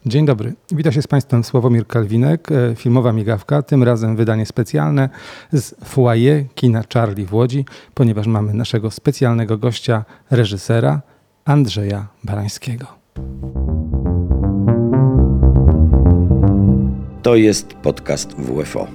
Dzień dobry. Witam się z Państwem Sławomir Kalwinek, filmowa migawka, tym razem wydanie specjalne z foyer kina Charlie w Łodzi, ponieważ mamy naszego specjalnego gościa, reżysera Andrzeja Barańskiego. To jest podcast WFO.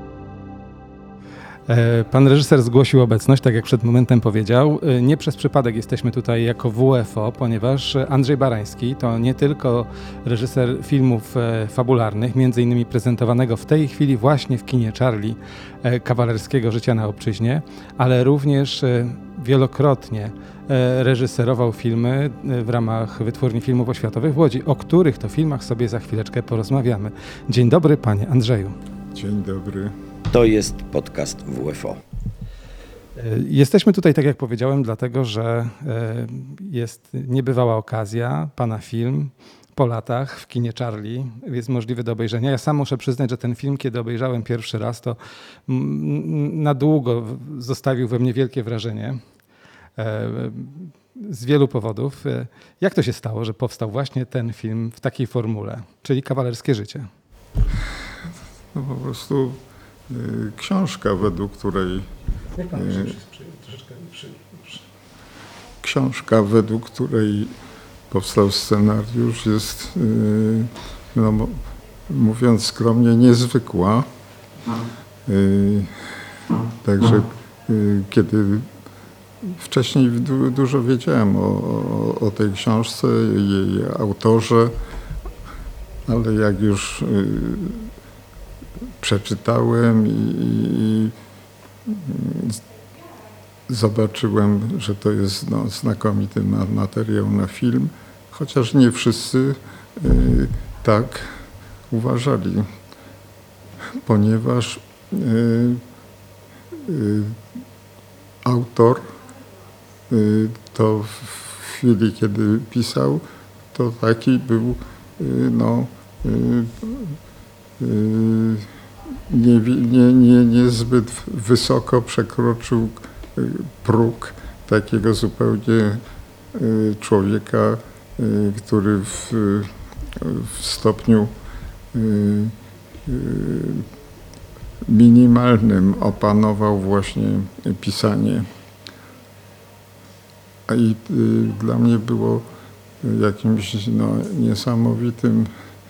Pan reżyser zgłosił obecność, tak jak przed momentem powiedział. Nie przez przypadek jesteśmy tutaj jako WFO, ponieważ Andrzej Barański to nie tylko reżyser filmów fabularnych, między innymi prezentowanego w tej chwili właśnie w kinie Charlie Kawalerskiego Życia na obczyźnie, ale również wielokrotnie reżyserował filmy w ramach Wytwórni Filmów Oświatowych w Łodzi, o których to filmach sobie za chwileczkę porozmawiamy. Dzień dobry, panie Andrzeju. Dzień dobry. To jest podcast WFO. Jesteśmy tutaj, tak jak powiedziałem, dlatego, że jest niebywała okazja. Pana film po latach w kinie Charlie jest możliwy do obejrzenia. Ja sam muszę przyznać, że ten film, kiedy obejrzałem pierwszy raz, to na długo zostawił we mnie wielkie wrażenie. Z wielu powodów. Jak to się stało, że powstał właśnie ten film w takiej formule, czyli Kawalerskie Życie? No po prostu książka, według której powstał scenariusz, jest, no, mówiąc skromnie, niezwykła. Także kiedy wcześniej dużo wiedziałem o tej książce, jej autorze, ale jak już przeczytałem i zobaczyłem, że to jest znakomity materiał na film, chociaż nie wszyscy tak uważali, ponieważ autor to w chwili, kiedy pisał, to taki był niezbyt wysoko przekroczył próg takiego zupełnie człowieka, który w stopniu minimalnym opanował właśnie pisanie. I dla mnie było jakimś niesamowitym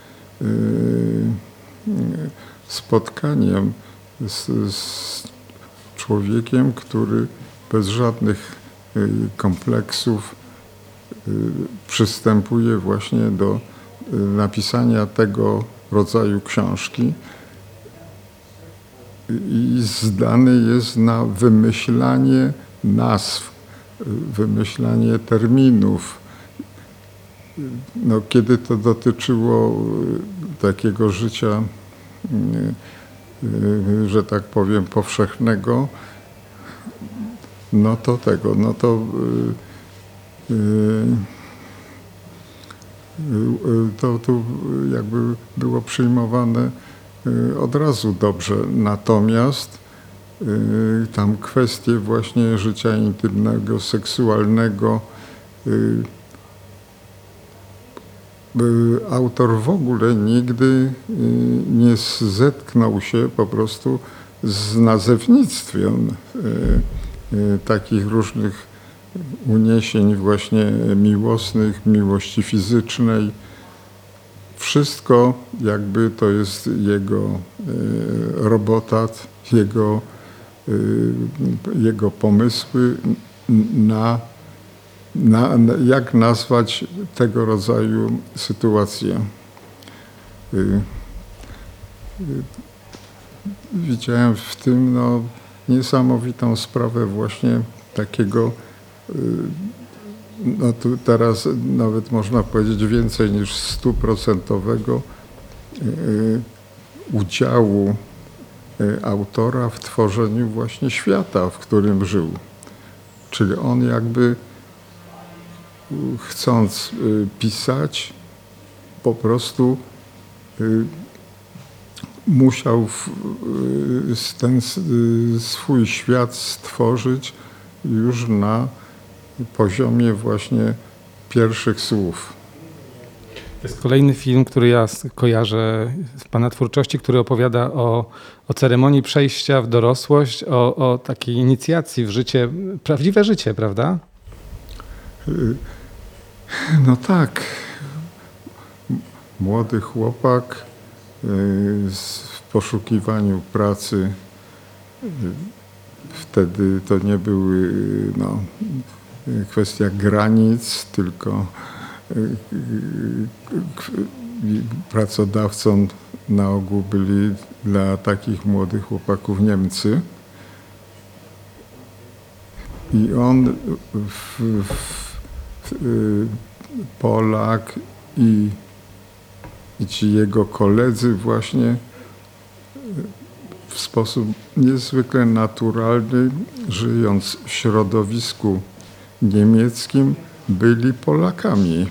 spotkaniem z człowiekiem, który bez żadnych kompleksów przystępuje właśnie do napisania tego rodzaju książki i zdany jest na wymyślanie nazw, wymyślanie terminów. Kiedy to dotyczyło takiego życia, że tak powiem, powszechnego, to jakby było przyjmowane od razu dobrze. Natomiast tam kwestie właśnie życia intymnego, seksualnego, autor w ogóle nigdy nie zetknął się po prostu z nazewnictwem takich różnych uniesień właśnie miłosnych, miłości fizycznej. Wszystko jakby to jest jego robota, jego pomysły jak nazwać tego rodzaju sytuacje. Widziałem w tym niesamowitą sprawę właśnie takiego, tu teraz nawet można powiedzieć więcej niż 100% udziału autora w tworzeniu właśnie świata, w którym żył. Czyli on jakby chcąc pisać, po prostu musiał ten swój świat stworzyć już na poziomie właśnie pierwszych słów. To jest kolejny film, który ja kojarzę z pana twórczości, który opowiada o ceremonii przejścia w dorosłość, o takiej inicjacji w życie, prawdziwe życie, prawda? No tak. Młody chłopak w poszukiwaniu pracy. Wtedy to nie były kwestia granic, tylko pracodawcą na ogół byli dla takich młodych chłopaków Niemcy. I on, Polak i ci jego koledzy właśnie w sposób niezwykle naturalny, żyjąc w środowisku niemieckim, byli Polakami.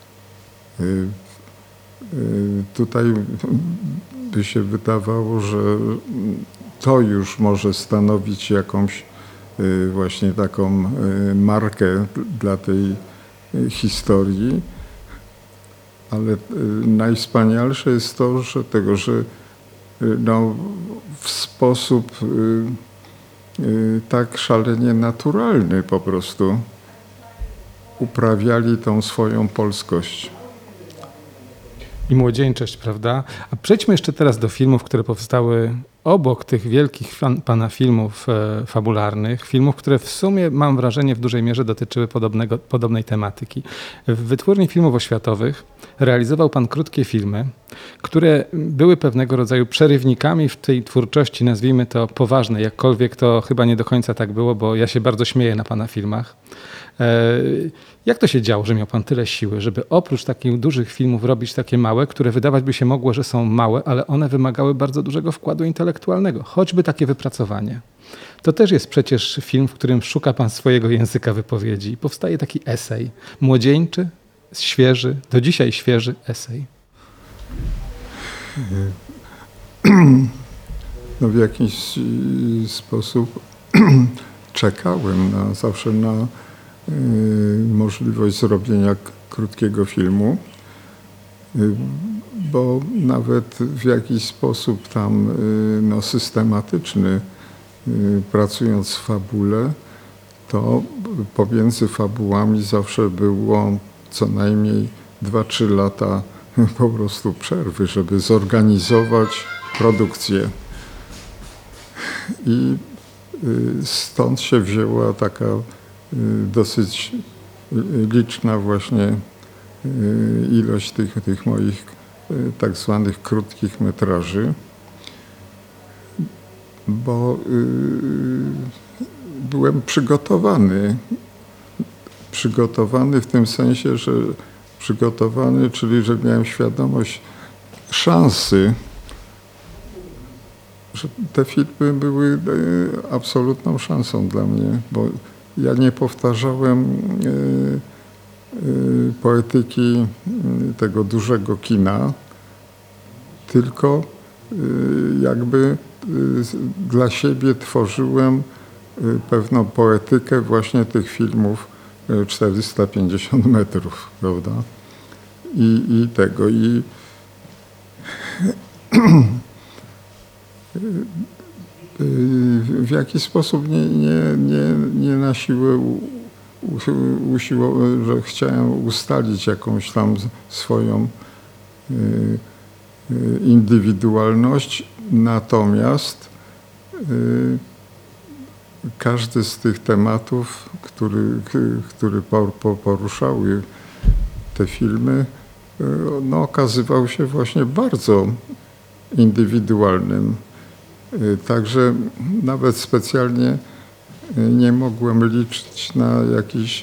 Tutaj by się wydawało, że to już może stanowić jakąś właśnie taką markę dla tej historii, ale najwspanialsze jest to, że w sposób tak szalenie naturalny po prostu uprawiali tą swoją polskość. I młodzieńczość, prawda? A przejdźmy jeszcze teraz do filmów, które powstały obok tych wielkich pana filmów fabularnych, filmów, które w sumie, mam wrażenie, w dużej mierze dotyczyły podobnej tematyki. W Wytwórni Filmów Oświatowych realizował pan krótkie filmy, które były pewnego rodzaju przerywnikami w tej twórczości, nazwijmy to poważnej, jakkolwiek to chyba nie do końca tak było, bo ja się bardzo śmieję na pana filmach. Jak to się działo, że miał pan tyle siły, żeby oprócz takich dużych filmów robić takie małe, które wydawać by się mogło, że są małe, ale one wymagały bardzo dużego wkładu intelektualnego, choćby takie wypracowanie. To też jest przecież film, w którym szuka pan swojego języka wypowiedzi. Powstaje taki esej, młodzieńczy, świeży, do dzisiaj świeży esej. No w jakiś sposób czekałem zawsze na możliwość zrobienia krótkiego filmu, bo nawet w jakiś sposób tam systematyczny, pracując w fabule, to pomiędzy fabułami zawsze było co najmniej 2-3 lata po prostu przerwy, żeby zorganizować produkcję. I stąd się wzięła taka dosyć liczna właśnie ilość tych moich tak zwanych krótkich metraży, bo byłem przygotowany w tym sensie, że czyli że miałem świadomość szansy, że te filmy były absolutną szansą dla mnie, bo ja nie powtarzałem poetyki tego dużego kina, tylko jakby dla siebie tworzyłem pewną poetykę właśnie tych filmów 450 metrów, prawda? I w jakiś sposób nie na siłę że chciałem ustalić jakąś tam swoją indywidualność, natomiast każdy z tych tematów, który poruszały te filmy, okazywał się właśnie bardzo indywidualnym. Także nawet specjalnie nie mogłem liczyć na jakiś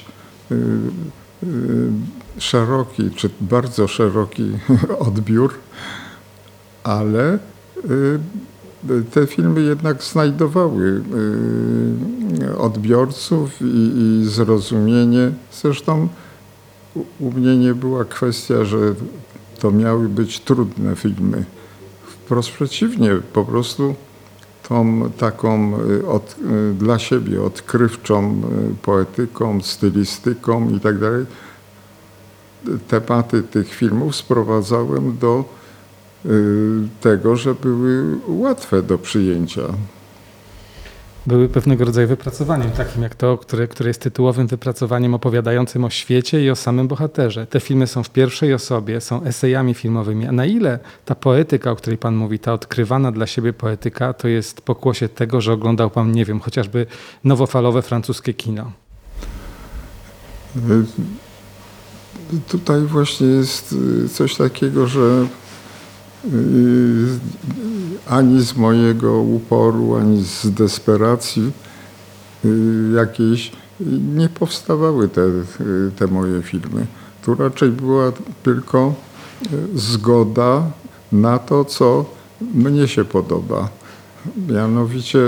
szeroki czy bardzo szeroki odbiór, ale te filmy jednak znajdowały odbiorców i zrozumienie. Zresztą u mnie nie była kwestia, że to miały być trudne filmy. Wprost przeciwnie, po prostu tą taką dla siebie odkrywczą poetyką, stylistyką i tak dalej tematy tych filmów sprowadzałem do tego, że były łatwe do przyjęcia. Były pewnego rodzaju wypracowaniem, takim jak to, które jest tytułowym wypracowaniem opowiadającym o świecie i o samym bohaterze. Te filmy są w pierwszej osobie, są esejami filmowymi. A na ile ta poetyka, o której pan mówi, ta odkrywana dla siebie poetyka, to jest pokłosie tego, że oglądał pan, nie wiem, chociażby nowofalowe francuskie kino? Tutaj właśnie jest coś takiego, że ani z mojego uporu, ani z desperacji jakiejś nie powstawały te moje filmy. Tu raczej była tylko zgoda na to, co mnie się podoba. Mianowicie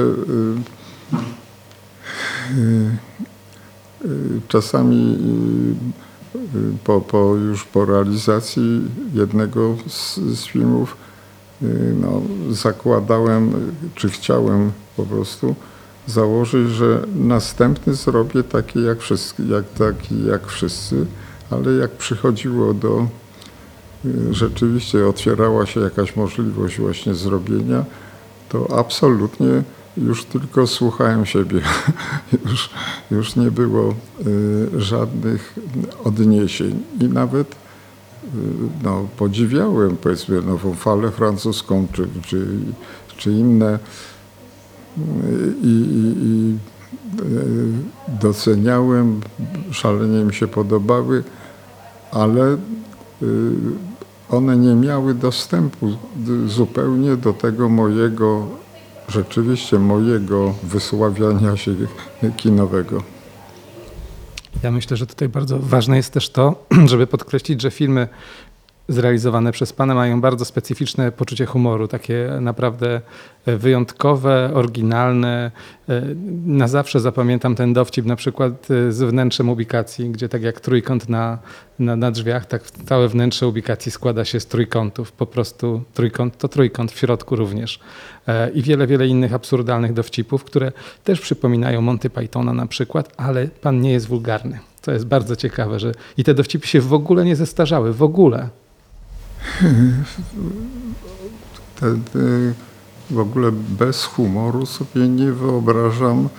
czasami już po realizacji jednego z filmów zakładałem, czy chciałem po prostu założyć, że następny zrobię taki jak wszyscy, ale jak przychodziło rzeczywiście otwierała się jakaś możliwość właśnie zrobienia, to absolutnie już tylko słuchałem siebie. Już nie było żadnych odniesień i nawet podziwiałem, powiedzmy, nową falę francuską czy inne i doceniałem, szalenie mi się podobały, ale one nie miały dostępu zupełnie do tego rzeczywiście mojego wysławiania się kinowego. Ja myślę, że tutaj bardzo ważne jest też to, żeby podkreślić, że filmy zrealizowane przez pana mają bardzo specyficzne poczucie humoru, takie naprawdę wyjątkowe, oryginalne. Na zawsze zapamiętam ten dowcip na przykład z wnętrzem ubikacji, gdzie tak jak trójkąt na drzwiach, tak całe wnętrze ubikacji składa się z trójkątów. Po prostu trójkąt to trójkąt, w środku również. I wiele innych absurdalnych dowcipów, które też przypominają Monty Pythona na przykład, ale pan nie jest wulgarny. To jest bardzo ciekawe, że i te dowcipy się w ogóle nie zestarzały, w ogóle. W ogóle bez humoru sobie nie wyobrażam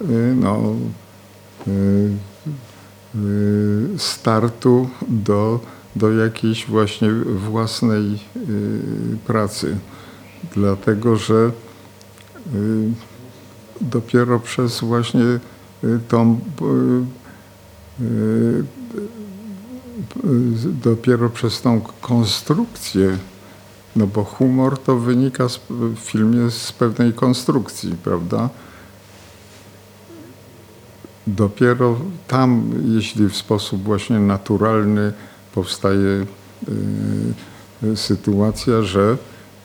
startu do jakiejś właśnie własnej pracy. Dlatego, że dopiero przez właśnie tą konstrukcję, bo humor to wynika w filmie z pewnej konstrukcji, prawda? Dopiero tam, jeśli w sposób właśnie naturalny powstaje sytuacja, że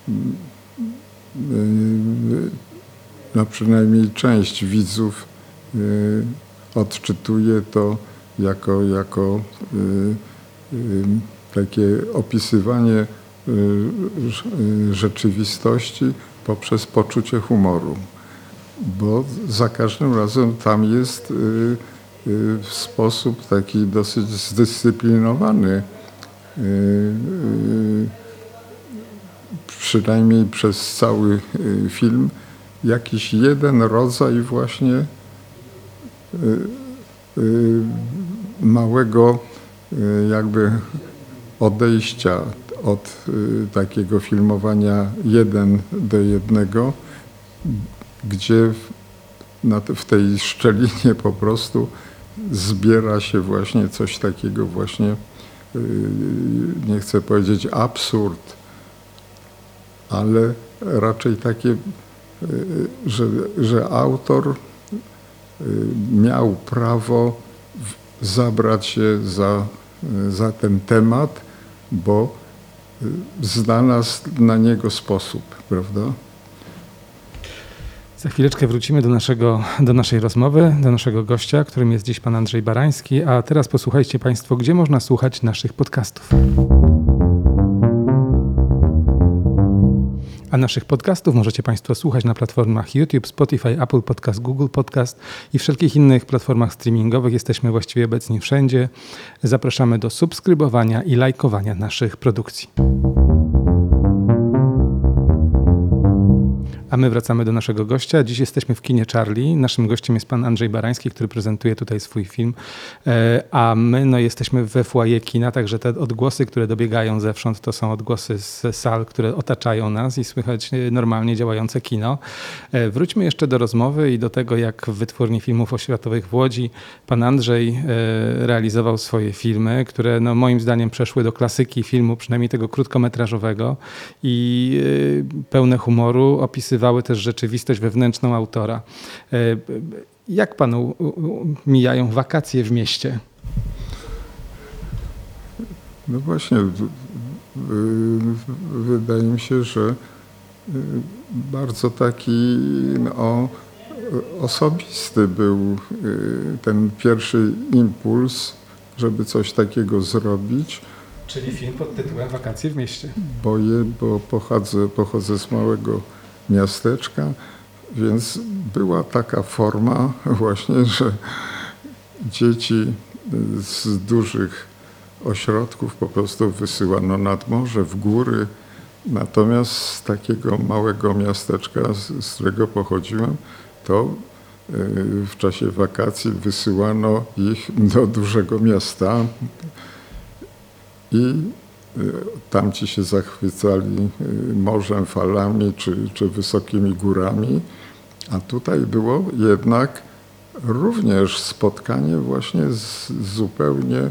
przynajmniej część widzów odczytuje to jako takie opisywanie rzeczywistości poprzez poczucie humoru. Bo za każdym razem tam jest w sposób taki dosyć zdyscyplinowany, przynajmniej przez cały film, jakiś jeden rodzaj właśnie małego jakby odejścia od takiego filmowania 1:1, gdzie w tej szczelinie po prostu zbiera się właśnie coś takiego właśnie, nie chcę powiedzieć absurd, ale raczej takie, że autor miał prawo zabrać się za ten temat, bo znalazł na niego sposób, prawda? Za chwileczkę wrócimy do naszej rozmowy, do naszego gościa, którym jest dziś pan Andrzej Barański, a teraz posłuchajcie państwo, gdzie można słuchać naszych podcastów. A naszych podcastów możecie Państwo słuchać na platformach YouTube, Spotify, Apple Podcast, Google Podcast i wszelkich innych platformach streamingowych. Jesteśmy właściwie obecni wszędzie. Zapraszamy do subskrybowania i lajkowania naszych produkcji. A my wracamy do naszego gościa. Dziś jesteśmy w kinie Charlie. Naszym gościem jest pan Andrzej Barański, który prezentuje tutaj swój film. A my jesteśmy we foyer kina, także te odgłosy, które dobiegają zewsząd, to są odgłosy z sal, które otaczają nas i słychać normalnie działające kino. Wróćmy jeszcze do rozmowy i do tego, jak w Wytwórni Filmów Oświatowych w Łodzi pan Andrzej realizował swoje filmy, które moim zdaniem przeszły do klasyki filmu, przynajmniej tego krótkometrażowego i pełne humoru, opisywały też rzeczywistość wewnętrzną autora. Jak panu mijają wakacje w mieście? No właśnie, wydaje mi się, że bardzo taki osobisty był ten pierwszy impuls, żeby coś takiego zrobić. Czyli film pod tytułem Wakacje w mieście. Bo pochodzę z małego miasteczka, więc była taka forma właśnie, że dzieci z dużych ośrodków po prostu wysyłano nad morze, w góry. Natomiast z takiego małego miasteczka, z którego pochodziłem, to w czasie wakacji wysyłano ich do dużego miasta i tamci się zachwycali morzem, falami czy wysokimi górami, a tutaj było jednak również spotkanie właśnie z zupełnie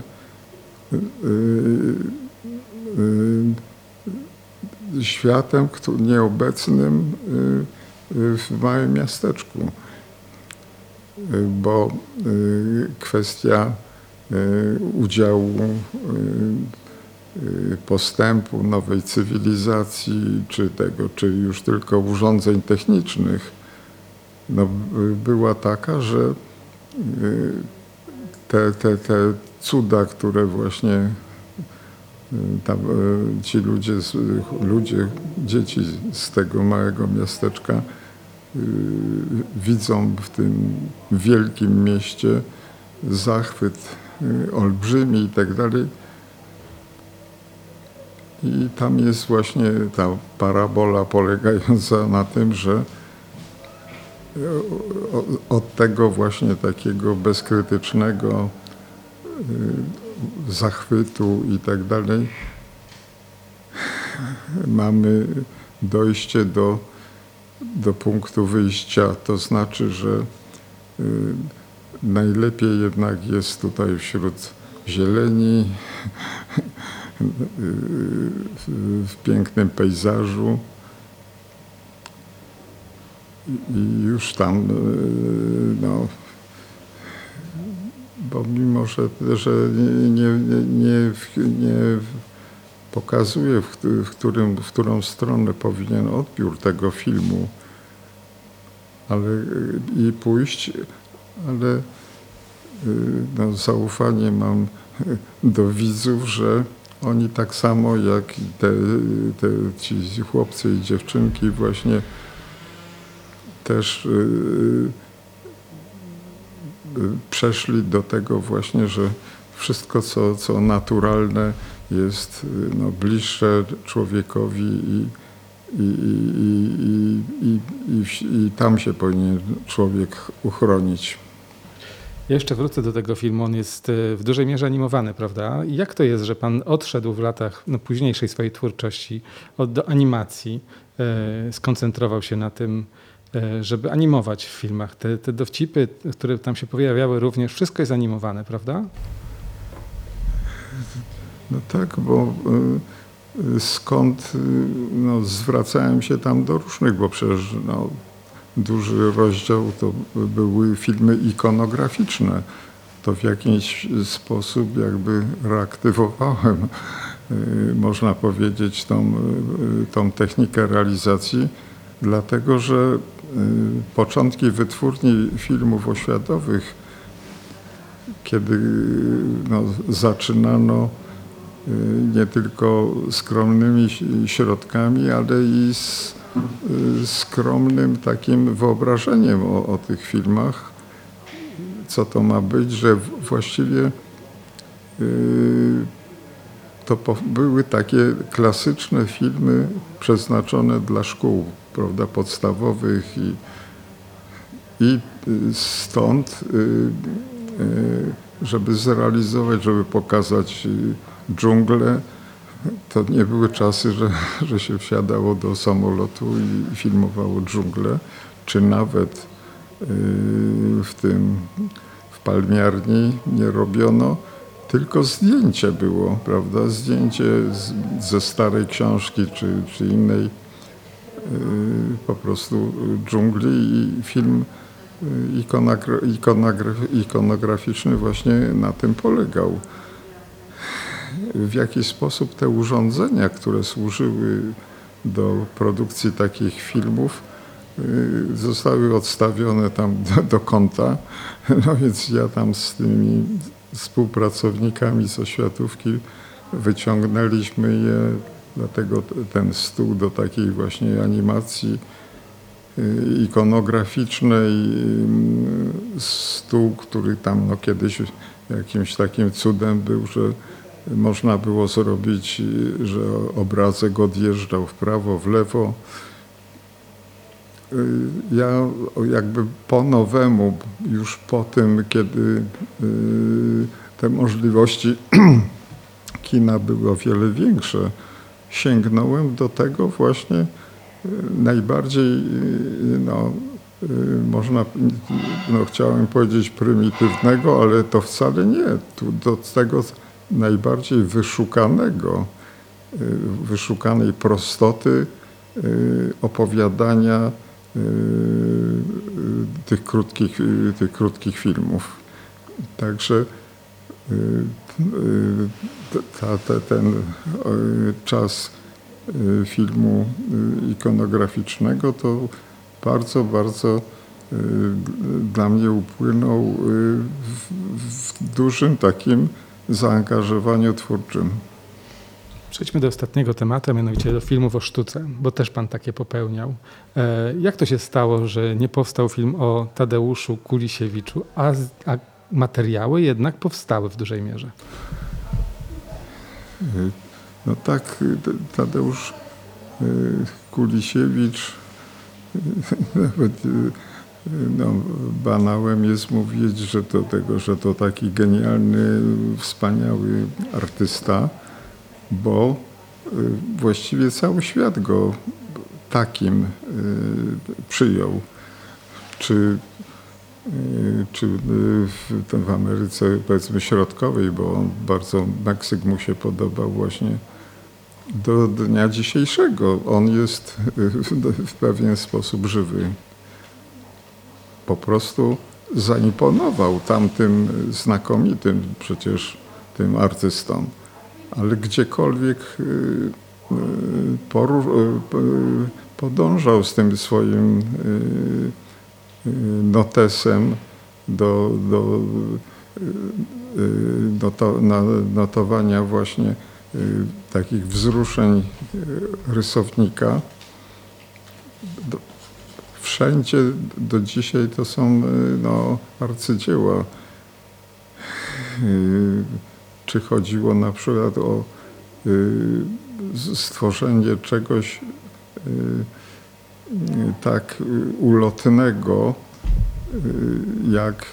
światem nieobecnym w małym miasteczku, bo kwestia udziału postępu nowej cywilizacji, czy już tylko urządzeń technicznych, była taka, że te cuda, które właśnie ci dzieci z tego małego miasteczka widzą w tym wielkim mieście, zachwyt olbrzymi i tak dalej. I tam jest właśnie ta parabola polegająca na tym, że od tego właśnie takiego bezkrytycznego zachwytu i tak dalej mamy dojście do punktu wyjścia. To znaczy, że najlepiej jednak jest tutaj wśród zieleni, w pięknym pejzażu i już tam, bo mimo, że nie pokazuje, w którą stronę powinien odbiór tego filmu, i pójść, ale zaufanie mam do widzów, że oni tak samo jak ci chłopcy i dziewczynki właśnie też przeszli do tego właśnie, że wszystko co naturalne jest bliższe człowiekowi i tam się powinien człowiek uchronić. Ja jeszcze wrócę do tego filmu. On jest w dużej mierze animowany, prawda? I jak to jest, że pan odszedł w latach późniejszej swojej twórczości do animacji, skoncentrował się na tym, żeby animować w filmach? Te dowcipy, które tam się pojawiały również, wszystko jest animowane, prawda? No tak, bo skąd zwracałem się tam do różnych, bo przecież duży rozdział to były filmy ikonograficzne. To w jakiś sposób jakby reaktywowałem, można powiedzieć, tą technikę realizacji, dlatego że początki Wytwórni Filmów Oświatowych, kiedy zaczynano nie tylko skromnymi środkami, ale i z skromnym takim wyobrażeniem o tych filmach, co to ma być, że właściwie to były takie klasyczne filmy przeznaczone dla szkół, prawda, podstawowych i stąd, żeby zrealizować, żeby pokazać dżunglę, to nie były czasy, że się wsiadało do samolotu i filmowało dżunglę, czy nawet w palmiarni nie robiono, tylko zdjęcie było, prawda? Zdjęcie ze starej książki czy innej po prostu dżungli i film ikonograficzny właśnie na tym polegał. W jaki sposób te urządzenia, które służyły do produkcji takich filmów, zostały odstawione tam do kąta. No więc ja tam z tymi współpracownikami z oświatówki wyciągnęliśmy je, dlatego ten stół do takiej właśnie animacji ikonograficznej, stół, który tam no, kiedyś jakimś takim cudem był, że można było zrobić, że obrazek odjeżdżał w prawo, w lewo. Ja jakby po nowemu, już po tym, kiedy te możliwości kina były o wiele większe, sięgnąłem do tego właśnie najbardziej, chciałem powiedzieć prymitywnego, ale to wcale nie. Do tego najbardziej wyszukanej prostoty opowiadania tych krótkich filmów. Także ten czas filmu ikonograficznego to bardzo, bardzo dla mnie upłynął w dużym takim zaangażowaniu twórczym. Przejdźmy do ostatniego tematu, a mianowicie do filmów o sztuce, bo też pan takie popełniał. Jak to się stało, że nie powstał film o Tadeuszu Kulisiewiczu, a materiały jednak powstały w dużej mierze? No tak, Tadeusz Kulisiewicz, nawet banałem jest mówić, że to taki genialny, wspaniały artysta, bo właściwie cały świat go takim przyjął. Czy w Ameryce, powiedzmy, środkowej, bo bardzo Meksyk mu się podobał właśnie do dnia dzisiejszego. On jest w pewien sposób żywy. Po prostu zaimponował tamtym znakomitym przecież tym artystom. Ale gdziekolwiek podążał z tym swoim notesem do notowania właśnie takich wzruszeń rysownika. Wszędzie do dzisiaj to są arcydzieła. Czy chodziło na przykład o stworzenie czegoś tak ulotnego, jak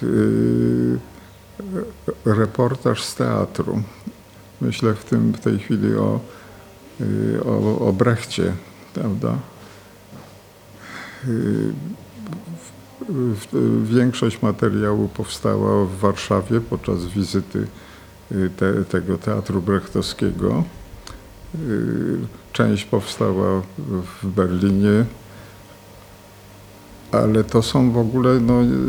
reportaż z teatru. Myślę w tej chwili o Brechcie, prawda? Większość materiału powstała w Warszawie podczas wizyty tego teatru brechtowskiego. Część powstała w Berlinie, ale to są w ogóle,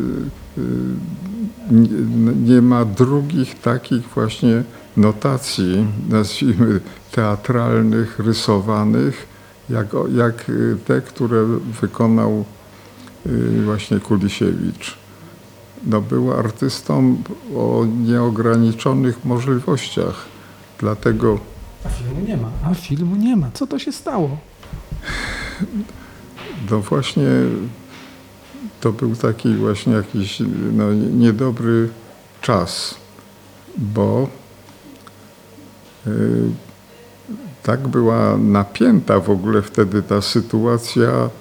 nie ma drugich takich właśnie notacji, nazwijmy teatralnych, rysowanych, jak te, które wykonał właśnie Kulisiewicz. Był artystą o nieograniczonych możliwościach, dlatego... A filmu nie ma. Co to się stało? no właśnie to był taki właśnie jakiś no, niedobry czas, bo tak była napięta w ogóle wtedy ta sytuacja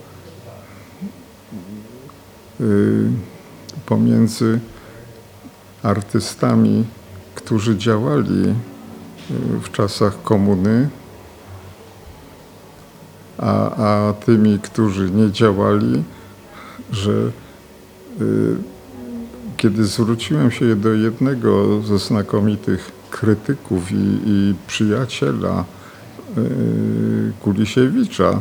pomiędzy artystami, którzy działali w czasach komuny, a tymi, którzy nie działali, że kiedy zwróciłem się do jednego ze znakomitych krytyków i przyjaciela Kulisiewicza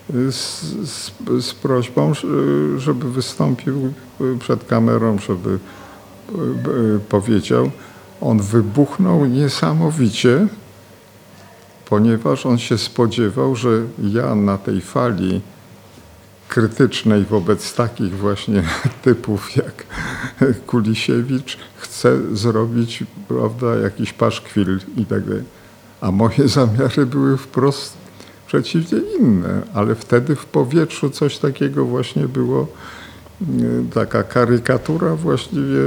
z prośbą, żeby wystąpił przed kamerą, żeby powiedział, on wybuchnął niesamowicie, ponieważ on się spodziewał, że ja na tej fali krytycznej wobec takich właśnie typów jak Kulisiewicz chcę zrobić, prawda, jakiś paszkwil i tak dalej. A moje zamiary były wprost przeciwnie inne, ale wtedy w powietrzu coś takiego właśnie było, taka karykatura właściwie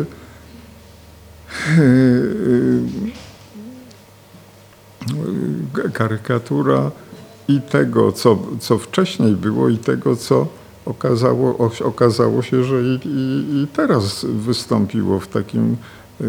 karykatura i tego, co wcześniej było i tego, co okazało się, że i teraz wystąpiło w takim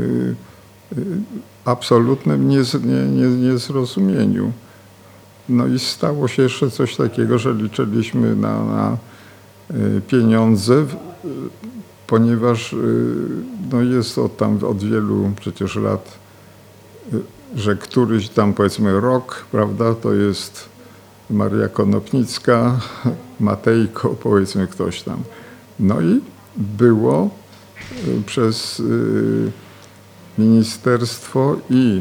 absolutnym niezrozumieniu. No i stało się jeszcze coś takiego, że liczyliśmy na pieniądze, ponieważ no jest od wielu przecież lat, że któryś tam powiedzmy rok, prawda, to jest Maria Konopnicka, Matejko, powiedzmy ktoś tam. No i było przez ministerstwo i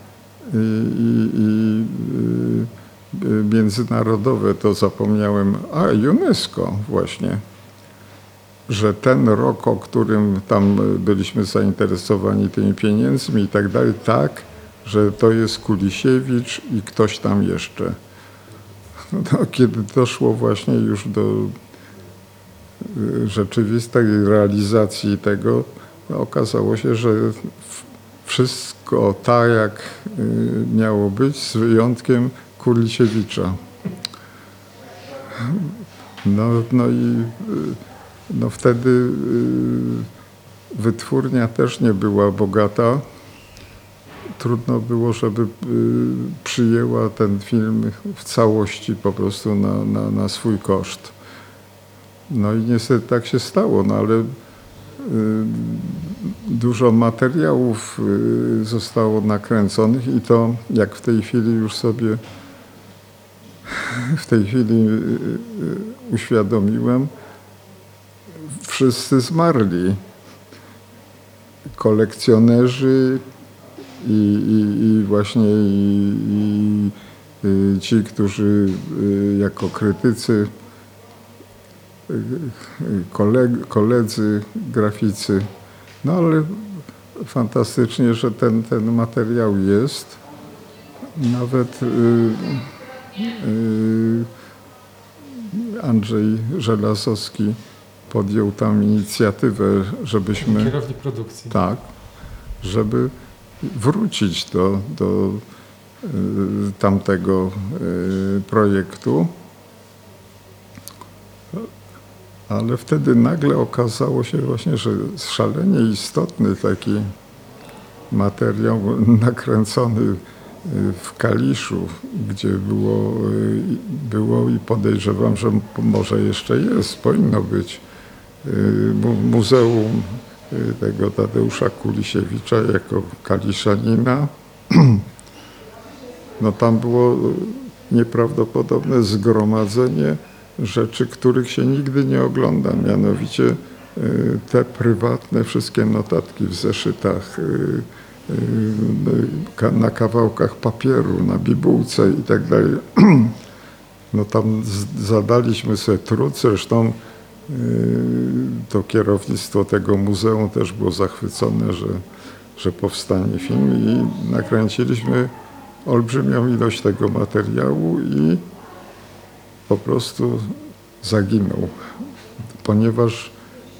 międzynarodowe, to zapomniałem, UNESCO właśnie, że ten rok, o którym tam byliśmy zainteresowani tymi pieniędzmi i tak dalej, tak, że to jest Kulisiewicz i ktoś tam jeszcze. No, kiedy doszło właśnie już do rzeczywistej realizacji tego, okazało się, że wszystko tak, jak miało być, z wyjątkiem Kulisiewicza. No i wtedy wytwórnia też nie była bogata. Trudno było, żeby przyjęła ten film w całości po prostu na swój koszt. No i niestety tak się stało, no ale dużo materiałów zostało nakręconych i to, jak w tej chwili już sobie uświadomiłem, wszyscy zmarli. Kolekcjonerzy i właśnie ci, którzy jako krytycy, koledzy, graficy. No ale fantastycznie, że ten materiał jest. Nawet Andrzej Żelazowski podjął tam inicjatywę, żebyśmy... Kierownik produkcji. Tak, żeby wrócić do tamtego projektu. Ale wtedy nagle okazało się właśnie, że szalenie istotny taki materiał nakręcony w Kaliszu, gdzie było i podejrzewam, że może jeszcze jest, powinno być muzeum tego Tadeusza Kulisiewicza jako Kaliszanina. No tam było nieprawdopodobne zgromadzenie rzeczy, których się nigdy nie ogląda, mianowicie te prywatne wszystkie notatki w zeszytach, na kawałkach papieru, na bibułce i tak dalej. No tam zadaliśmy sobie trud, zresztą to kierownictwo tego muzeum też było zachwycone, że powstanie film i nakręciliśmy olbrzymią ilość tego materiału i po prostu zaginął, ponieważ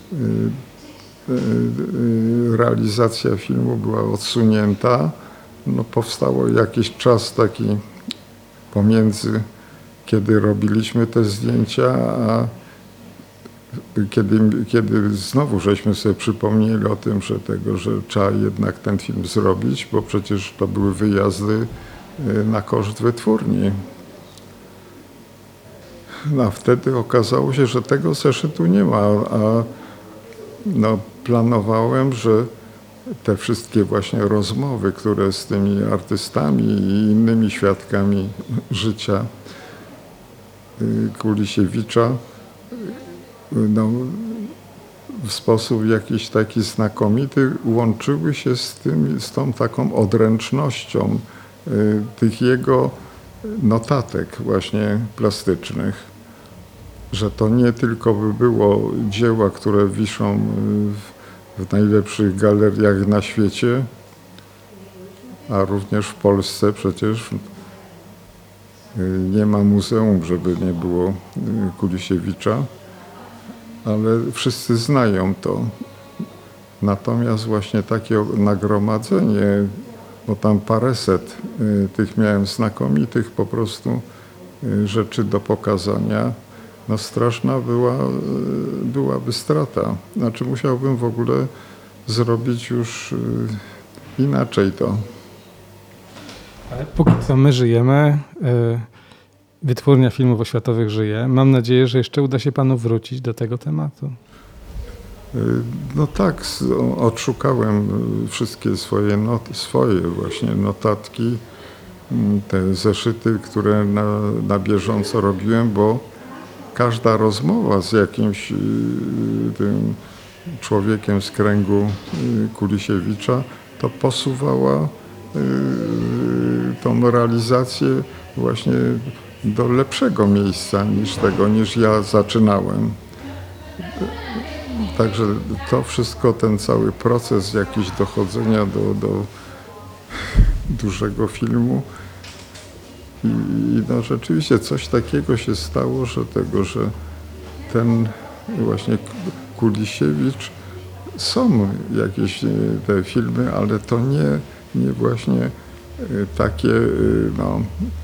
realizacja filmu była odsunięta. No, powstało jakiś czas taki pomiędzy, kiedy robiliśmy te zdjęcia, a kiedy znowu żeśmy sobie przypomnieli o tym, że trzeba jednak ten film zrobić, bo przecież to były wyjazdy na koszt wytwórni. No, a wtedy okazało się, że tego zeszytu nie ma, a no, planowałem, że te wszystkie właśnie rozmowy, które z tymi artystami i innymi świadkami życia Kulisiewicza, no, w sposób jakiś taki znakomity łączyły się z tą taką odręcznością tych jego notatek właśnie plastycznych, że to nie tylko by było dzieła, które wiszą w najlepszych galeriach na świecie, a również w Polsce przecież nie ma muzeum, żeby nie było Kulisiewicza, ale wszyscy znają to. Natomiast właśnie takie nagromadzenie, bo tam paręset tych miałem znakomitych po prostu rzeczy do pokazania, no straszna byłaby strata. Znaczy musiałbym w ogóle zrobić już inaczej to. Ale póki co my żyjemy, Wytwórnia Filmów Oświatowych żyje. Mam nadzieję, że jeszcze uda się panu wrócić do tego tematu. No tak, odszukałem wszystkie swoje właśnie notatki, te zeszyty, które na bieżąco robiłem, bo każda rozmowa z jakimś tym człowiekiem z kręgu Kulisiewicza to posuwała tą realizację właśnie do lepszego miejsca niż ja zaczynałem. Także to wszystko, ten cały proces jakiś dochodzenia do dużego filmu i no rzeczywiście coś takiego się stało, że ten właśnie Kulisiewicz, są jakieś te filmy, ale to nie właśnie takie no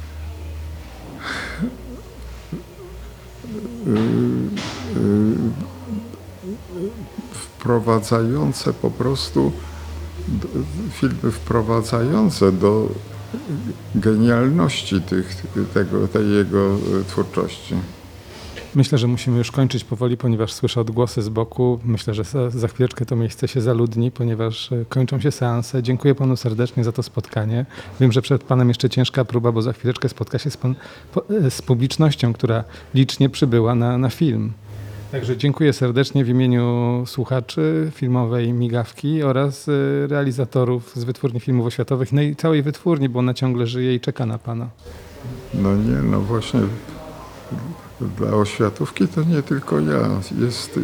wprowadzające po prostu filmy wprowadzające do genialności tej jego twórczości. Myślę, że musimy już kończyć powoli, ponieważ słyszę odgłosy z boku. Myślę, że za chwileczkę to miejsce się zaludni, ponieważ kończą się seanse. Dziękuję panu serdecznie za to spotkanie. Wiem, że przed panem jeszcze ciężka próba, bo za chwileczkę spotka się z publicznością, która licznie przybyła na film. Także dziękuję serdecznie w imieniu słuchaczy filmowej Migawki oraz realizatorów z Wytwórni Filmów Oświatowych, no i całej wytwórni, bo ona ciągle żyje i czeka na pana. No właśnie dla oświatówki to nie tylko ja. Jest,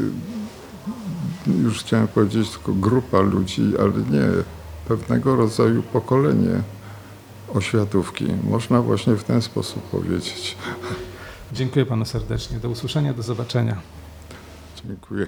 już chciałem powiedzieć, tylko grupa ludzi, ale nie, pewnego rodzaju pokolenie oświatówki. Można właśnie w ten sposób powiedzieć. Dziękuję panu serdecznie. Do usłyszenia, do zobaczenia. Dziękuję.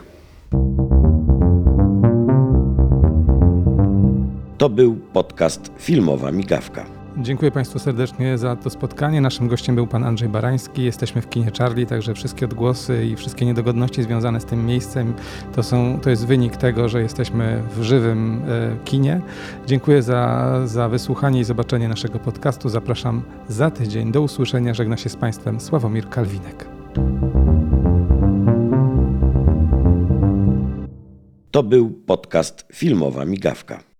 To był podcast Filmowa Migawka. Dziękuję Państwu serdecznie za to spotkanie. Naszym gościem był pan Andrzej Barański. Jesteśmy w kinie Charlie, także wszystkie odgłosy i wszystkie niedogodności związane z tym miejscem to jest wynik tego, że jesteśmy w żywym kinie. Dziękuję za wysłuchanie i zobaczenie naszego podcastu. Zapraszam za tydzień. Do usłyszenia. Żegna się z Państwem Sławomir Kalwinek. To był podcast Filmowa Migawka.